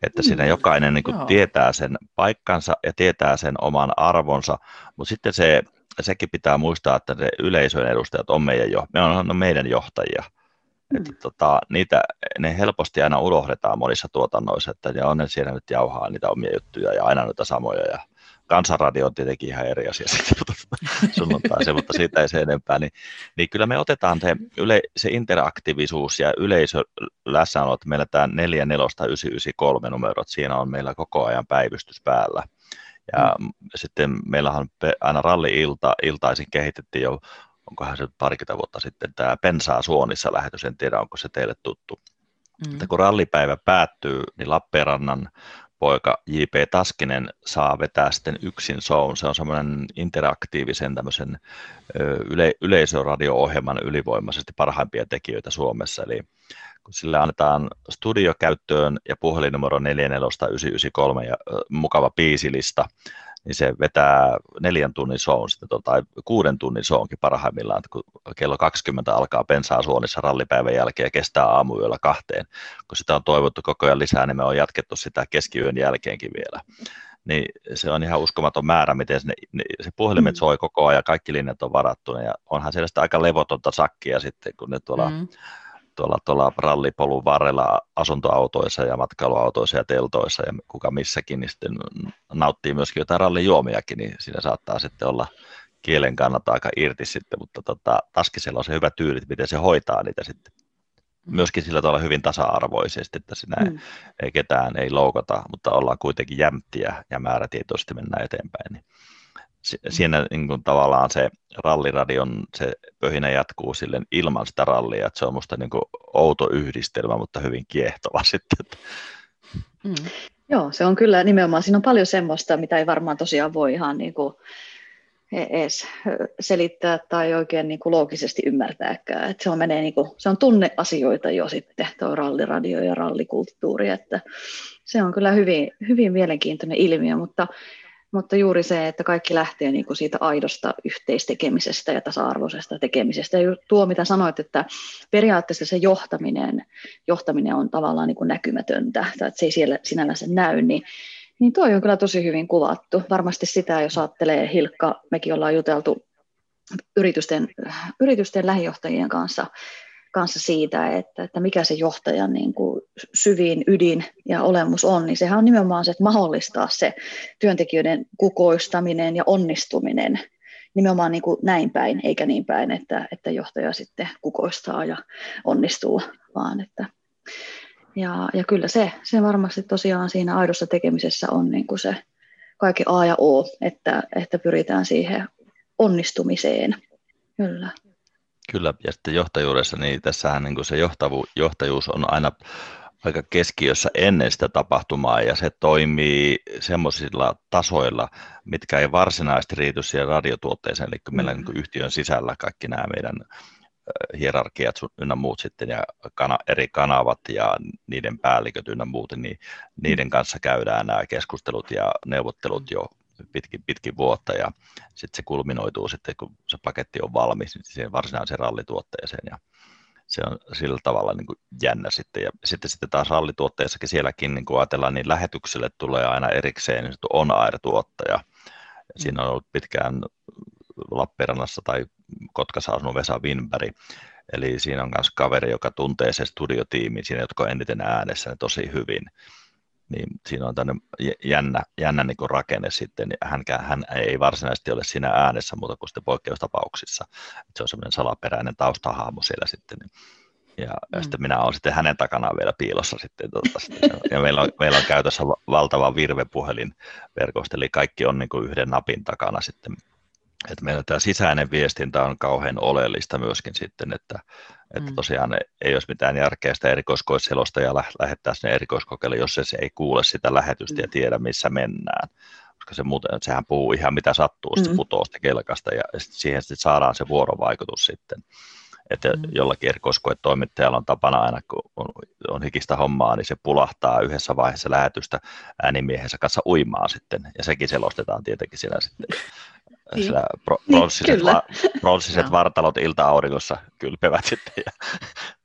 että siinä jokainen niin kuin Joo. tietää sen paikkansa ja tietää sen oman arvonsa, mutta sitten se, sekin pitää muistaa, että ne yleisön edustajat on meidän, jo, me on, on meidän johtajia. Mm. Että tota, niitä, ne helposti aina unohdetaan monissa tuotannoissa, että ne on ne siellä nyt jauhaa niitä omia juttuja ja aina noita samoja. Ja Kansanradio on tietenkin ihan eri asia sitten sunnuntai se, mutta siitä ei se enempää. Niin, niin kyllä me otetaan se, yle, se interaktiivisuus ja yleisö läsnäolo, että meillä tämä neljä neljä yhdeksän yhdeksän kolme numerot, siinä on meillä koko ajan päivystys päällä. Ja mm. sitten meillähän aina ralli-ilta, iltaisin kehitettiin jo, onkohan se parikymmentä vuotta sitten, tämä Pensaa Suonissa lähetys, en tiedä onko se teille tuttu. Mm. Että kun rallipäivä päättyy, niin Lappeenrannan poika J P Taskinen saa vetää sitten yksin shown. Se on semmoinen interaktiivisen tämmöisen yle, yleisöradio-ohjelman ylivoimaisesti parhaimpia tekijöitä Suomessa. Eli kun sille annetaan studiokäyttöön ja puhelinnumero neljä neljä yhdeksän yhdeksän kolme ja mukava biisilista, niin se vetää neljän tunnin shown sitten, tai kuuden tunnin shownkin parhaimmillaan, että kun kello kaksikymmentä alkaa Pensaa Suonissa rallipäivän jälkeen ja kestää aamuyöllä kahteen. Kun sitä on toivottu koko ajan lisää, niin me on jatkettu sitä keskiyön jälkeenkin vielä. Niin se on ihan uskomaton määrä, miten se, se puhelimet soi koko ajan, kaikki linjat on varattuna, ja onhan siellä sitä aika levotonta sakkia sitten, kun ne tuolla... Mm. Tuolla, tuolla rallipolun varrella asuntoautoissa ja matkailuautoissa ja teltoissa ja kuka missäkin, niin sitten nauttii myöskin jotain rallijuomiakin, niin siinä saattaa sitten olla kielen kannalta aika irti sitten, mutta tota, Taskisella on se hyvä tyyli, miten se hoitaa niitä sitten. Myöskin sillä tavalla hyvin tasa-arvoisesti, että siinä mm. ei ketään ei loukata, mutta ollaan kuitenkin jämptiä ja määrätietoisesti mennään eteenpäin. Niin siinä niin kuin tavallaan se ralliradion se pöhinä jatkuu silleen ilman sitä rallia, että se on musta niin kuin outo yhdistelmä, mutta hyvin kiehtova sitten. Mm. Joo, se on kyllä nimenomaan, siinä on paljon semmoista, mitä ei varmaan tosiaan voi ihan niin kuin edes selittää tai oikein niin kuin loogisesti ymmärtääkään. Että se on, menee niin kuin, se on tunneasioita jo sitten, tuo ralliradio ja rallikulttuuri, että se on kyllä hyvin, hyvin mielenkiintoinen ilmiö, mutta Mutta juuri se, että kaikki lähtee niin kuin siitä aidosta yhteistekemisestä ja tasa-arvoisesta tekemisestä. Ja tuo, mitä sanoit, että periaatteessa se johtaminen, johtaminen on tavallaan niin kuin näkymätöntä, tai että se ei siellä sinällänsä näy, niin, niin tuo on kyllä tosi hyvin kuvattu. Varmasti sitä, jos ajattelee Hilkka, mekin ollaan juteltu yritysten, yritysten lähijohtajien kanssa, kanssa siitä, että, että mikä se johtajan niin kuin syvin ydin ja olemus on, niin sehän on nimenomaan se, että mahdollistaa se työntekijöiden kukoistaminen ja onnistuminen nimenomaan niin kuin näin päin, eikä niin päin, että, että johtaja sitten kukoistaa ja onnistuu, vaan että ja, ja kyllä se, se varmasti tosiaan siinä aidossa tekemisessä on niin kuin se kaikki A ja O, että, että pyritään siihen onnistumiseen, kyllä. Kyllä, ja sitten johtajuudessa, niin tässähän niin kuin se johtavu, johtajuus on aina aika keskiössä ennen sitä tapahtumaa, ja se toimii semmoisilla tasoilla, mitkä ei varsinaisesti riity siihen radiotuotteeseen, eli kun meillä mm. niin kuin yhtiön sisällä kaikki nämä meidän hierarkiat ynnä muut sitten, ja kana, eri kanavat ja niiden päälliköt ynnä muut, niin niiden kanssa käydään nämä keskustelut ja neuvottelut jo pitkin, pitkin vuotta, ja sitten se kulminoituu sitten, kun se paketti on valmis, niin siihen varsinaiseen rallituotteeseen, ja se on sillä tavalla niin kuin jännä sitten, ja sitten, sitten taas rallituotteessakin sielläkin, niin kun ajatellaan, niin lähetykselle tulee aina erikseen niin on-air-tuottaja, siinä on ollut pitkään Lappeenrannassa tai Kotkassa asunut Vesa Winberg, eli siinä on myös kaveri, joka tuntee se studiotiimin, siinä jotka on eniten äänessä ne tosi hyvin. Niin siinä on tämmöinen jännä, jännä niin kuin rakenne sitten, hän, hän ei varsinaisesti ole siinä äänessä muuta kuin sitten poikkeustapauksissa. Se on semmoinen salaperäinen taustahahmo siellä sitten. Ja, mm. ja sitten minä olen sitten hänen takanaan vielä piilossa sitten. Ja meillä on, meillä on käytössä valtava virvepuhelin verkosto, eli kaikki on niin kuin yhden napin takana sitten. Että meillä tämä sisäinen viestintä on kauhean oleellista myöskin sitten, että, että mm. tosiaan ei olisi mitään järkeä sitä erikoiskoiselosta ja lähettää sinne erikoiskokeille, jos se ei kuule sitä lähetystä ja tiedä, missä mennään. Koska se muuten, sehän puhuu ihan mitä sattuu, mm. se putoaa sitä kelkasta ja siihen sitten saadaan se vuorovaikutus sitten. Että mm. jollakin erikoiskoetoimittajalla on tapana aina, kun on, on hikistä hommaa, niin se pulahtaa yhdessä vaiheessa lähetystä äänimiehensä kanssa uimaan sitten. Ja sekin selostetaan tietenkin siellä sitten. Niin. Siellä bronssiset, niin, va, bronssiset vartalot ilta-auringossa kylpevät sitten ja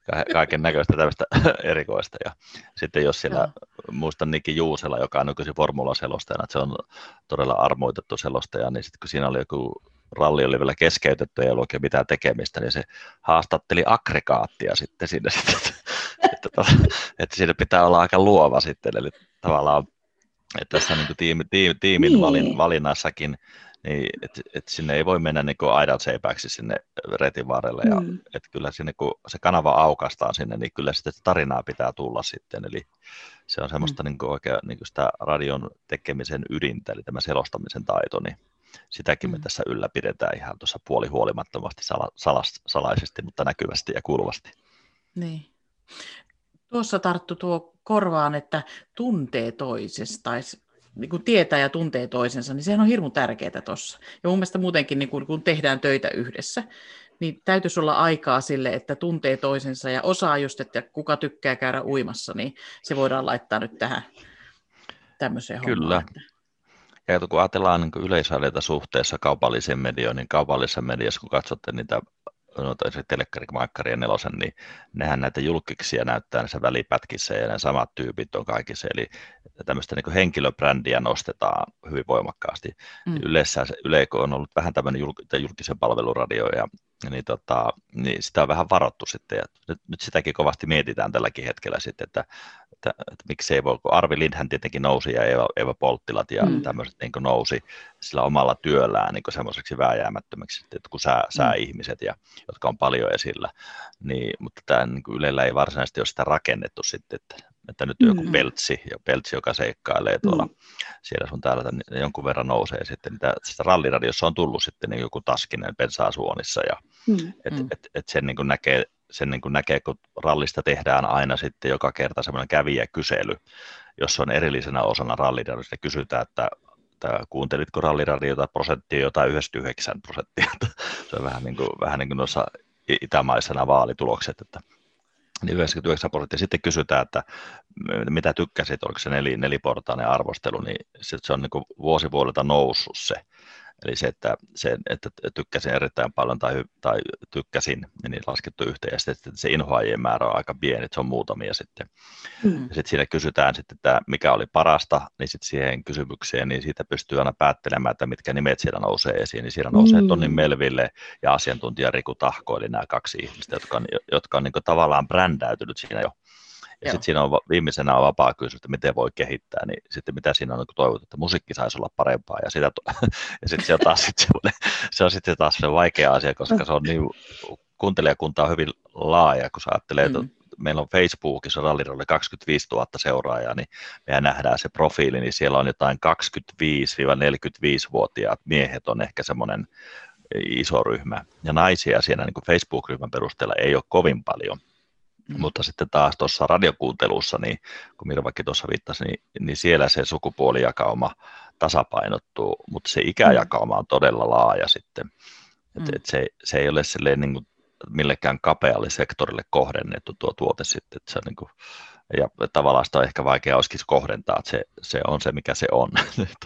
kaiken näköistä tämmöistä erikoista. Ja sitten jos siellä, Joo. muistan Niki Juusela, joka on nykyisin formula-selostajana, että se on todella armoitettu selostaja, niin sitten kun siinä oli joku ralli oli vielä keskeytetty ja ei ollut oikein mitään tekemistä, niin se haastatteli aggregaattia sitten siinä, että, että, että siinä pitää olla aika luova sitten, eli tavallaan että tässä niin kuin tiimi, tiimi, tiimin Niin. valin, valinnassakin, niin että et sinne ei voi mennä niin kuin aidan seipääksi sinne retin varrelle, ja Mm. että kyllä sinne kun se kanava aukastaan sinne, niin kyllä sitten tarinaa pitää tulla sitten, eli se on semmoista mm. niin kuin oikein niin kuin sitä radion tekemisen ydintä, eli tämä selostamisen taito, niin sitäkin me Mm. tässä ylläpidetään ihan tuossa puolihuolimattomasti, sala, salas, salaisesti, mutta näkyvästi ja kuuluvasti. Niin. Tuossa tarttu tuo korvaan, että tuntee toisesta, tai niin kun tietää ja tuntee toisensa, niin sehän on hirmu tärkeää tuossa. Ja mun mielestä muutenkin, niin kun, kun tehdään töitä yhdessä, niin täytyisi olla aikaa sille, että tuntee toisensa ja osaa just, että kuka tykkää käydä uimassa, niin se voidaan laittaa nyt tähän tämmöiseen Kyllä. hommaan. Ja kun ajatellaan niin yleisradioita suhteessa kaupalliseen medioon, niin kaupallisessa mediassa, kun katsotte niitä noita telekkari, maikkari ja nelosen, niin nehän näitä julkkiksia näyttää näissä välipätkissä ja ne samat tyypit on kaikissa. Eli tämmöistä niin henkilöbrändiä nostetaan hyvin voimakkaasti. Mm. Yleensä Yle on ollut vähän tämmöinen julk- julkisen palveluradio ja niin, tota, niin sitä on vähän varattu sitten. Ja nyt, nyt sitäkin kovasti mietitään tälläkin hetkellä sitten, että, että, että miksei voi, kun Arvi Lindhän tietenkin nousi ja Eeva, Eeva Polttilat ja Mm. tämmöiset niin nousi sillä omalla työllään niin semmoiseksi vääjäämättömäksi, että kun sää, sää Mm. ihmiset, ja, jotka on paljon esillä, niin, mutta tämä niin Ylellä ei varsinaisesti ole sitä rakennettu sitten, että, että nyt on joku Mm. Peltsi, ja Peltsi, joka seikkailee tuolla Mm. siellä sun täällä, niin jonkun verran nousee sitten. Niin sitä ralliradiossa on tullut sitten niin joku Taskinen bensaa suonissa, ja Mm. että Mm. et, et sen, niin kuin näkee, sen niin kuin näkee, kun rallista tehdään aina sitten joka kerta semmoinen kävijäkysely, jossa on erillisenä osana ralliradiosta, kysytään, että, että kuuntelitko ralliradiota, prosenttia jotain yhdeksänkymmentäyhdeksän prosenttia. Se on vähän niin kuin, vähän niin kuin noissa itämaissa nämä vaalitulokset, että niin yhdeksänkymmentäyhdeksän prosenttia. Sitten kysytään, että mitä tykkäsit, oliko se neli, neliportainen arvostelu, niin se, se on niin kuin vuosi vuodelta noussut se. Eli se, että, se, että tykkäsin erittäin paljon tai, tai tykkäsin, niin laskettu yhteen, ja sitten se inhoajien määrä on aika pieni, että se on muutamia sitten. Mm. Ja sitten siinä kysytään sitten, että mikä oli parasta, niin sitten siihen kysymykseen, niin siitä pystyy aina päättelemään, että mitkä nimet siellä nousee esiin. Niin siellä nousee Mm. Tonni Melville ja asiantuntija Riku Tahko, eli nämä kaksi ihmistä, jotka on, jotka on niin kuin tavallaan brändäytynyt siinä jo. Ja sitten siinä on viimeisenä on vapaa kysymys, että miten voi kehittää, niin sitten mitä siinä on niin toivottu, että musiikki saisi olla parempaa. Ja, sitä, ja sitten se on taas sit se on sitten taas se vaikea asia, koska se on niin, kuuntelijakunta on hyvin laaja, kun sä ajattelee, että Mm. meillä on Facebookissa rallilla kaksikymmentäviisituhatta seuraajaa, niin mehän nähdään se profiili, niin siellä on jotain kaksikymmentäviisi–neljäkymmentäviisivuotiaat miehet on ehkä semmoinen iso ryhmä. Ja naisia siinä niin kuin Facebook-ryhmän perusteella ei ole kovin paljon. Mm. Mutta sitten taas tuossa radiokuuntelussa, niin kun Mirvakin tuossa viittasi, niin, niin siellä se sukupuolijakauma tasapainottuu, mutta se ikäjakauma on todella laaja sitten. Mm. Et, et se, se ei ole silleen niin kuin millekään kapealle sektorille kohdennettu tuo tuote sitten. Et se on niin kuin, ja tavallaan sitä on ehkä vaikea olisikin kohdentaa, että se, se on se, mikä se on.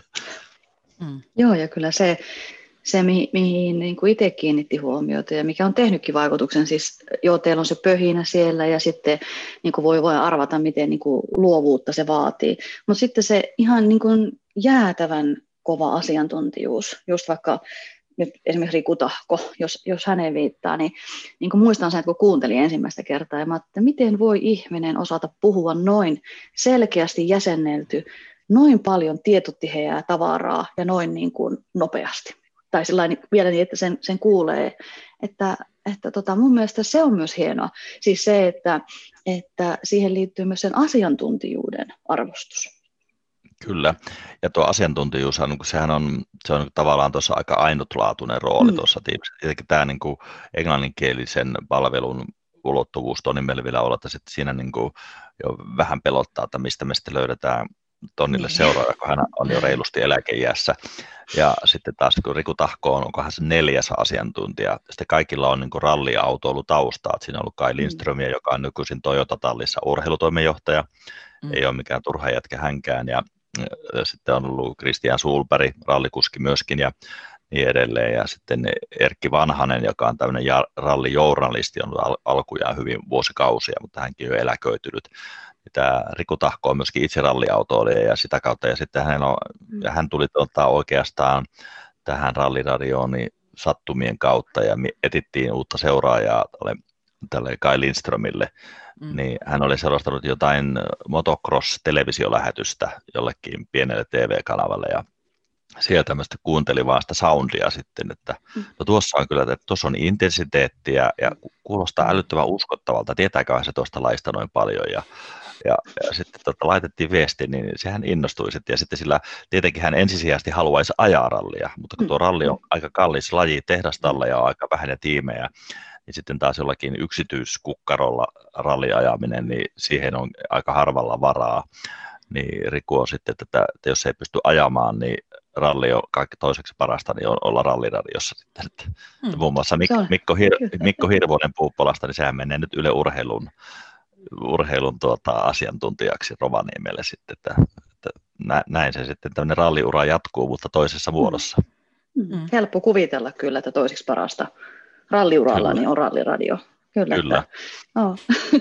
Mm. Joo, ja kyllä se... Se, mihin, mihin niin kuin itse kiinnitti huomiota ja mikä on tehnytkin vaikutuksen, siis joo, teillä on se pöhinä siellä ja sitten niin kuin voi, voi arvata, miten niin kuin luovuutta se vaatii. Mutta sitten se ihan niin kuin jäätävän kova asiantuntijuus, just vaikka nyt esimerkiksi Riku Tahko, jos, jos häneen viittaa, niin, niin kuin muistan sen, että kun kuuntelin ensimmäistä kertaa, ja mä että miten voi ihminen osata puhua noin selkeästi jäsennelty, noin paljon tietotiheää tavaraa ja noin niin kuin nopeasti. Tai sillain vielä niin, että sen, sen kuulee, että, että tota, mun mielestä se on myös hienoa. Siis se, että, että siihen liittyy myös sen asiantuntijuuden arvostus. Kyllä, ja tuo asiantuntijuus, sehän on, se on tavallaan tuossa aika ainutlaatuinen rooli mm. tuossa tiimissä. Tietenkin tämä niin kuin englanninkielisen palvelun ulottuvuus Tonni Melvillä olla, että sitten siinä niin kuin jo vähän pelottaa, että mistä me sitten löydetään Tonnille seuraaja, kun hän on jo reilusti eläkeiässä. Ja sitten taas kun Riku Tahko on, onkohan se neljäs asiantuntija. Sitten kaikilla on niin kuin ralliautoilu taustaa. Siinä on ollut Kai Lindströmiä, joka on nykyisin Toyota-tallissa urheilutoimenjohtaja. Mm. Ei ole mikään turha jätkä hänkään. Ja sitten on ollut Christian Sulberg, rallikuski myöskin. Ja niin edelleen. Ja sitten Erkki Vanhanen, joka on tämmöinen rallijournalisti, on al- alkujaan hyvin vuosikausia, mutta hänkin on jo eläköitynyt. Tämä Riku Tahko on myöskin itse ralliautoilija ja sitä kautta, ja sitten hän, on, ja hän tuli ottaa oikeastaan tähän ralliradioon niin sattumien kautta, ja etittiin uutta seuraajaa tälle, tälle Kai Lindströmille, mm. niin hän oli selostanut jotain motocross-televisiolähetystä jollekin pienelle T V-kanavalle, ja sieltä mä sitten kuuntelin vaan sitä soundia sitten, että no tuossa on kyllä, että tuossa on intensiteettiä ja kuulostaa älyttömän uskottavalta, tietääköhän se tuosta laista noin paljon, ja Ja, ja sitten tota, laitettiin viesti, niin sehän innostui sitten. Ja sitten sillä tietenkin hän ensisijaisesti haluaisi ajaa rallia, mutta kun tuo ralli on aika kallis laji, tehdastalleja on aika vähän ja tiimejä, niin sitten taas jollakin yksityiskukkarolla ralliajaminen, niin siihen on aika harvalla varaa. Niin Riku on sitten, että, että jos ei pysty ajamaan, niin ralli on kaikki toiseksi parasta, niin on olla ralliradiossa sitten. Että, hmm. että muun muassa Mik, Mikko, Hir, Mikko Hirvonen Puuppolasta, niin sehän menee nyt Yle Urheilun urheilun tuota, asiantuntijaksi Rovaniemelle sitten, että, että näin se sitten tämmöinen ralliura jatkuu, mutta toisessa muodossa. Mm. Helppo kuvitella kyllä, että toiseksi parasta ralliuralla niin on ralliradio. Kyllä. Kyllä. Että, oh.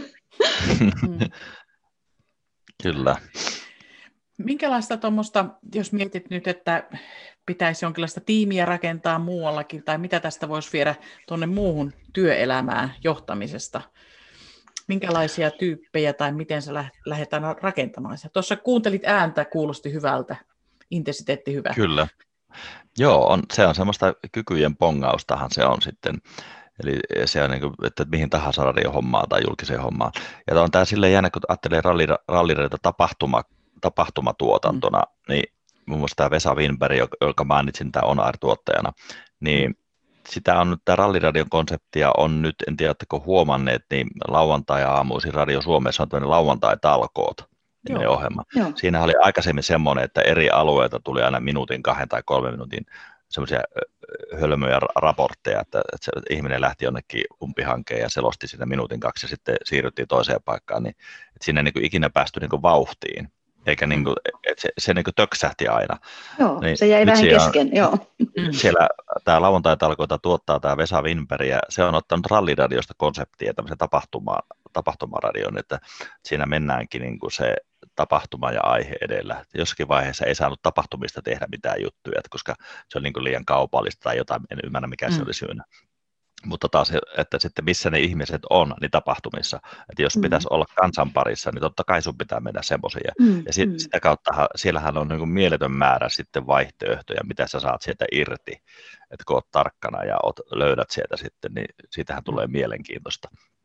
Kyllä. Minkälaista tuommoista, jos mietit nyt, että pitäisi jonkinlaista tiimiä rakentaa muuallakin, tai mitä tästä voisi viedä tuonne muuhun työelämään johtamisesta? Minkälaisia tyyppejä tai miten se lähdetään rakentamaan? Tuossa kuuntelit ääntä, kuulosti hyvältä, intensiteetti hyvä. Kyllä. Joo, on, se on semmoista kykyjen pongaustahan se on sitten. Eli se on niin kuin, että mihin tahansa radiohommaan tai julkiseen hommaan. Ja on tämä silleen jännä, kun ajattelee rallireita tapahtuma, tapahtumatuotantona, mm. niin muun muassa tämä Vesa Winberg, joka mainitsin tämä On Air-tuottajana, niin sitä on nyt, tämä ralliradion konseptia on nyt, en tiedä, oletteko huomanneet, niin lauantai-aamuisin Radio Suomessa on tämmöinen lauantai-talkoot ohjelma. Joo. Siinä oli aikaisemmin semmoinen, että eri alueilta tuli aina minuutin, kahden tai kolmen minuutin semmoisia hölmöjä raportteja, että, että se ihminen lähti jonnekin umpihankeen ja selosti sitä minuutin kaksi ja sitten siirryttiin toiseen paikkaan, niin että siinä ei niin kuin ikinä päästy niin kuin vauhtiin. Eikä niin kuin, että se, se niin kuin töksähti aina. Joo, niin se jäi vähän kesken, joo. Siellä tämä lauantai-talkoita tuottaa tämä Vesa Winberg, ja se on ottanut ralliradiosta konseptia, tämmöisen tapahtuma, tapahtumaradion, että siinä mennäänkin niin kuin se tapahtuma ja aihe edellä. Jossakin vaiheessa ei saanut tapahtumista tehdä mitään juttuja, koska se on niin kuin liian kaupallista tai jotain, en ymmärrä mikä mm. se oli syynä. Mutta taas, että sitten missä ne ihmiset on, niin tapahtumissa, että jos mm. pitäisi olla kansan parissa, niin totta kai sun pitää mennä semmoisia. Mm. Ja sit, mm. sitä kautta siellähän on niin kuin mieletön määrä sitten vaihtoehtoja, mitä sä saat sieltä irti, että kun oot tarkkana ja oot, löydät sieltä sitten, niin siitähän tulee mielenkiintoista.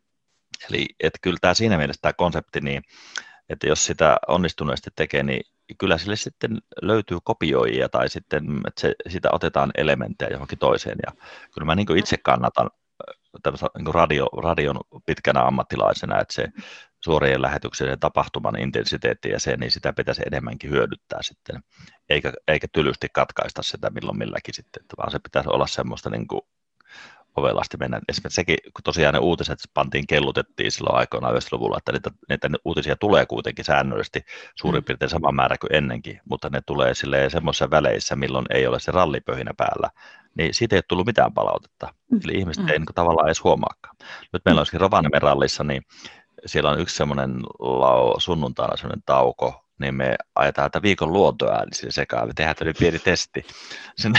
Eli että kyllä tämä siinä mielessä tämä konsepti, niin että jos sitä onnistuneesti tekee, niin kyllä sille sitten löytyy kopioijia tai sitten, että se, sitä otetaan elementtejä johonkin toiseen. Ja kyllä mä niin kuin itse kannatan niin kuin radio, radion pitkänä ammattilaisena, että se suorien lähetyksen ja tapahtuman intensiteetti ja se, niin sitä pitäisi enemmänkin hyödyttää sitten, eikä, eikä tylysti katkaista sitä milloin milläkin sitten, vaan se pitäisi olla semmoista niin kuin ovelasti mennä. Esimerkiksi sekin, kun tosiaan ne uutiset pantiin, kellutettiin silloin aikoinaan yhdeksänkymmentäluvulla, että niitä, niitä uutisia tulee kuitenkin säännöllisesti suurin mm. piirtein sama määrä kuin ennenkin, mutta ne tulee silleen semmoisissa väleissä, milloin ei ole se rallipöhinä päällä, niin siitä ei ole tullut mitään palautetta. Mm. Eli ihmiset mm. ei niin kuin, tavallaan edes huomaakaan. Nyt meillä olisikin Rovaniemen rallissa, niin siellä on yksi semmoinen lau, sunnuntaina semmoinen tauko, niin me ajetaan tätä viikon luontoääni sekaan. Me tehdään tämmöinen pieni testi. Sinne,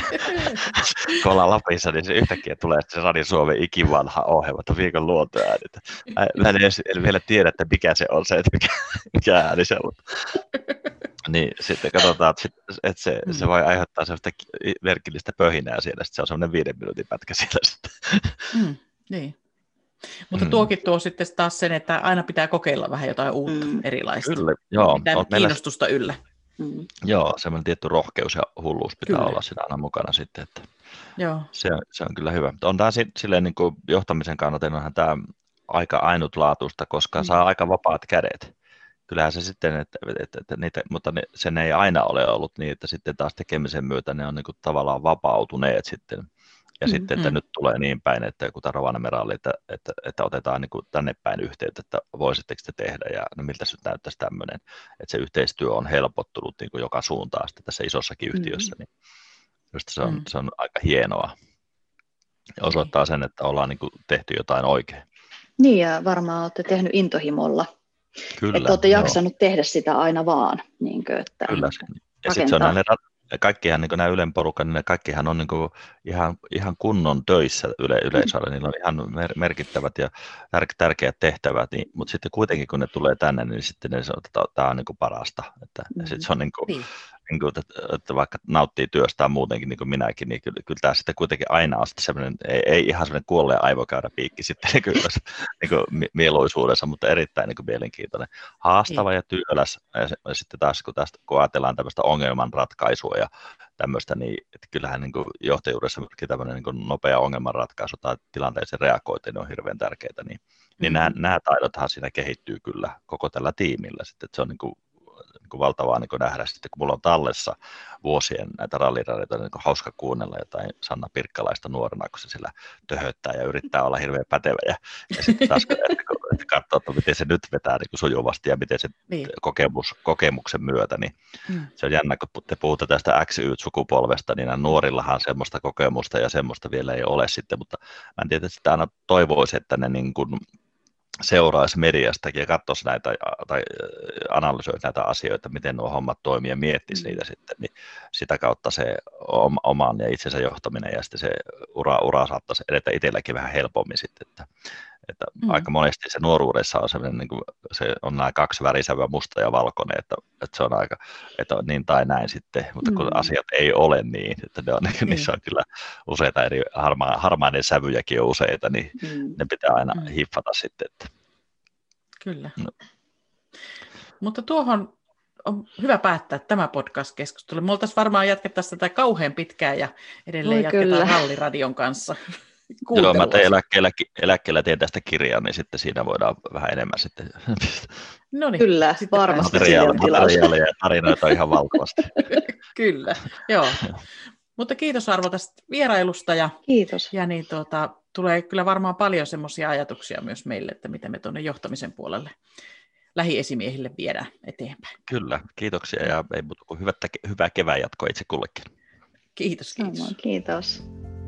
kun ollaan Lapissa, niin se yhtäkkiä tulee se Radio Suomen ikivanha ohjelma, että viikon luontoääni. Mä en edes en vielä tiedä, että mikä se on se, että mikä, mikä ääni se on. Niin sitten katsotaan, että se, se voi aiheuttaa sellaista merkillistä pöhinää siellä. Sitten se on semmoinen viiden minuutin pätkä siellä sitten. Mm, niin. Mutta tuokin tuo sitten taas sen, että aina pitää kokeilla vähän jotain uutta, mm. erilaista. Kyllä, joo. Pitää kiinnostusta meillä yllä. Mm. Joo, semmoinen tietty rohkeus ja hulluus pitää kyllä olla siinä aina mukana sitten. Että joo. Se, se on kyllä hyvä. On tämä silleen niin kuin johtamisen kannalta, onhan tämä aika ainutlaatuista, koska mm. saa aika vapaat kädet. Kyllähän se sitten, että, että, että niitä, mutta ne, sen ei aina ole ollut niin, että sitten taas tekemisen myötä ne on niin kuin tavallaan vapautuneet sitten. Ja mm, sitten, että mm. nyt tulee niin päin, että kun tämä Rovaniemen ralli, että, että, että otetaan niin kuin tänne päin yhteyttä, että voisitteko te tehdä ja no miltä se näyttäisi tämmöinen, että se yhteistyö on helpottunut niin kuin joka suuntaan sitten tässä isossakin yhtiössä. Mm. Niin Minusta se on, Mm. se on aika hienoa. Ja osoittaa sen, että ollaan niin kuin tehty jotain oikein. Niin, ja varmaan olette tehnyt intohimolla. Kyllä. Että olette joo. jaksanut tehdä sitä aina vaan. Niin kuin, että Kyllä. Ja sitten se on rakentaa. näin, ne kaikkihan, niin nämä Ylen porukan, niin ne kaikkihan on niin kuin ihan, ihan kunnon töissä yle, yleisöllä. Niillä on ihan mer- merkittävät ja tär- tärkeät tehtävät, niin, mutta sitten kuitenkin kun ne tulee tänne, niin sitten ne sanoo, että tämä on niin kuin parasta. Että, Mm-hmm. sitten se on niin kuin, Niin. niin kuin, että, että vaikka nauttii työstään muutenkin niin kuin minäkin, niin kyllä, kyllä tämä sitten kuitenkin aina on sitten sellainen, ei, ei ihan sellainen kuolleen aivokäyräpiikki sitten niin kuin, niin kuin mieluisuudessa, mutta erittäin niin kuin mielenkiintoinen. Haastava Niin. ja työläs. Ja sitten taas kun, tästä, kun ajatellaan tämmöistä ongelmanratkaisua ja tämmöistä, niin että kyllähän niin kuin johtajuudessa myöskin tämmöinen niin kuin nopea ongelmanratkaisu tai tilanteeseen reagointi on hirveän tärkeää, niin, niin Mm-hmm. nämä, nämä taidothan siinä kehittyy kyllä koko tällä tiimillä. Sitten, että se on niin kuin, niin kuin valtavaa niin kuin nähdä sitten, kun mulla on tallessa vuosien näitä ralliradeita, niin kuin hauska kuunnella jotain Sanna Pirkkalaista nuorena, kun se sillä töhöttää ja yrittää olla hirveän pätevä. Ja, ja sitten taas kun katsoo, että miten se nyt vetää niin kuin sujuvasti ja miten se Niin. kokemus, kokemuksen myötä, niin Mm. se on jännä, kun te puhutte tästä X Y-sukupolvesta, niin nuorillahan semmoista kokemusta ja semmoista vielä ei ole sitten, mutta mä en tiedä, että sitä aina toivoisi, että ne niin kuin seuraisi mediastakin ja katsoisi näitä tai analysoisi näitä asioita, miten nuo hommat toimii ja miettisi Mm. niitä sitten, niin sitä kautta se oman ja itsensä johtaminen ja sitten se ura, ura saattaisi edetä itselläkin vähän helpommin sitten, että, että Mm. aika monesti se nuoruudessa on sellainen, niin kuin, se on nämä kaksi värisävyä, musta ja valkoinen, että, että se on aika, että on niin tai näin sitten, mutta kun Mm. asiat ei ole niin, että ne on, niin. niissä on kyllä useita eri harma, harmaiden sävyjäkin on useita, niin Mm. ne pitää aina Mm. hiffata sitten, että Kyllä. No. Mutta tuohon on hyvä päättää tämä podcast-keskustelu. Me oltaisiin varmaan jatkettaisiin tätä kauhean pitkään ja edelleen Oi, jatketaan kyllä. Ralliradion kanssa. Joo, mä kuuntelua. tein eläkkeellä, eläkkeellä teen tästä kirjan, niin sitten siinä voidaan vähän enemmän sitten No niin, Kyllä, sitten varmasti. päästään- Sille materiaalia, on tilaus. materiaalia ja tarinoita ihan valtavasti. Kyllä, joo. Mutta kiitos Arvo tästä vierailusta ja, Kiitos. ja niin tuota, tulee kyllä varmaan paljon semmoisia ajatuksia myös meille, että miten me tuonne johtamisen puolelle lähiesimiehille viedään eteenpäin. Kyllä, kiitoksia ja ei muuta kuin hyvää, hyvää kevään jatkoa itse kullekin. Kiitos, kiitos. Samoin, kiitos.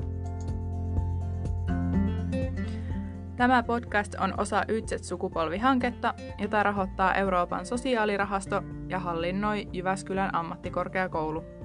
Tämä podcast on osa Y Z T-sukupolvihanketta, jota rahoittaa Euroopan sosiaalirahasto ja hallinnoi Jyväskylän ammattikorkeakoulu.